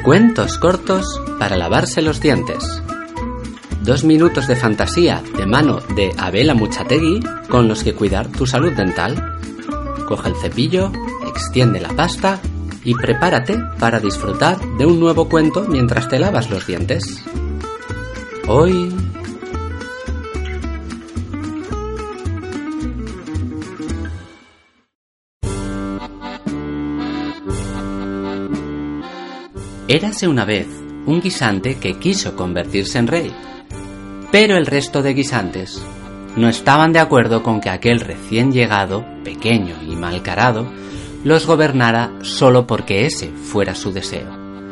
Cuentos cortos para lavarse los dientes. 2 minutos de fantasía de mano de Abel Amuchategui con los que cuidar tu salud dental. Coge el cepillo, extiende la pasta y prepárate para disfrutar de un nuevo cuento mientras te lavas los dientes. Hoy... Érase una vez un guisante que quiso convertirse en rey, pero el resto de guisantes no estaban de acuerdo con que aquel recién llegado, pequeño y malcarado, los gobernara solo porque ese fuera su deseo.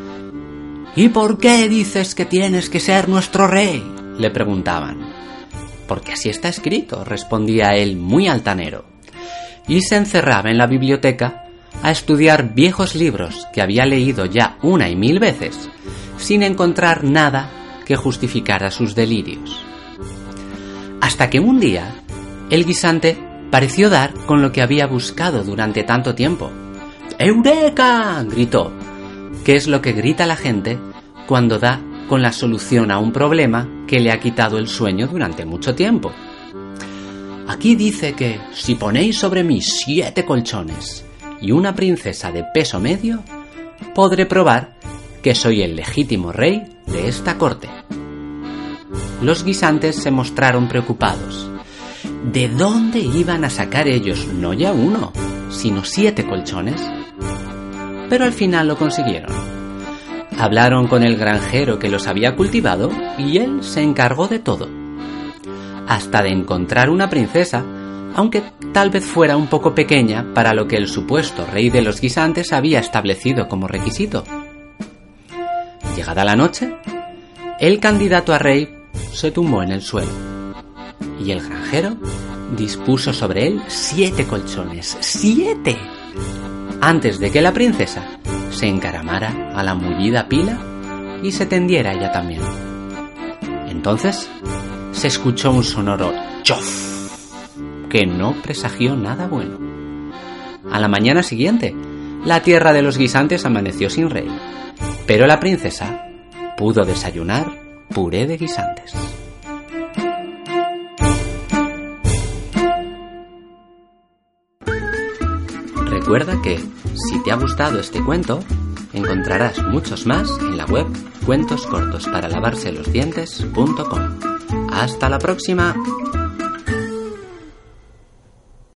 ¿Y por qué dices que tienes que ser nuestro rey?, le preguntaban. Porque así está escrito, respondía él muy altanero, y se encerraba en la biblioteca a estudiar viejos libros que había leído ya 1 y 1000 veces, sin encontrar nada que justificara sus delirios. Hasta que un día, el guisante pareció dar con lo que había buscado durante tanto tiempo. ¡Eureka!, gritó, que es lo que grita la gente cuando da con la solución a un problema que le ha quitado el sueño durante mucho tiempo. Aquí dice que si ponéis sobre mí 7 colchones y una princesa de peso medio, podré probar que soy el legítimo rey de esta corte. Los guisantes se mostraron preocupados. ¿De dónde iban a sacar ellos no ya 1, sino 7 colchones? Pero al final lo consiguieron. Hablaron con el granjero que los había cultivado y él se encargó de todo, hasta de encontrar una princesa, aunque tal vez fuera un poco pequeña para lo que el supuesto rey de los guisantes había establecido como requisito. Llegada la noche, el candidato a rey se tumbó en el suelo y el granjero dispuso sobre él 7 colchones, 7, antes de que la princesa se encaramara a la mullida pila y se tendiera ella también. Entonces se escuchó un sonoro chof que no presagió nada bueno. A la mañana siguiente, la tierra de los guisantes amaneció sin rey, pero la princesa pudo desayunar puré de guisantes. Recuerda que, si te ha gustado este cuento, encontrarás muchos más en la web cuentoscortosparalavarselosdientes.com. ¡Hasta la próxima!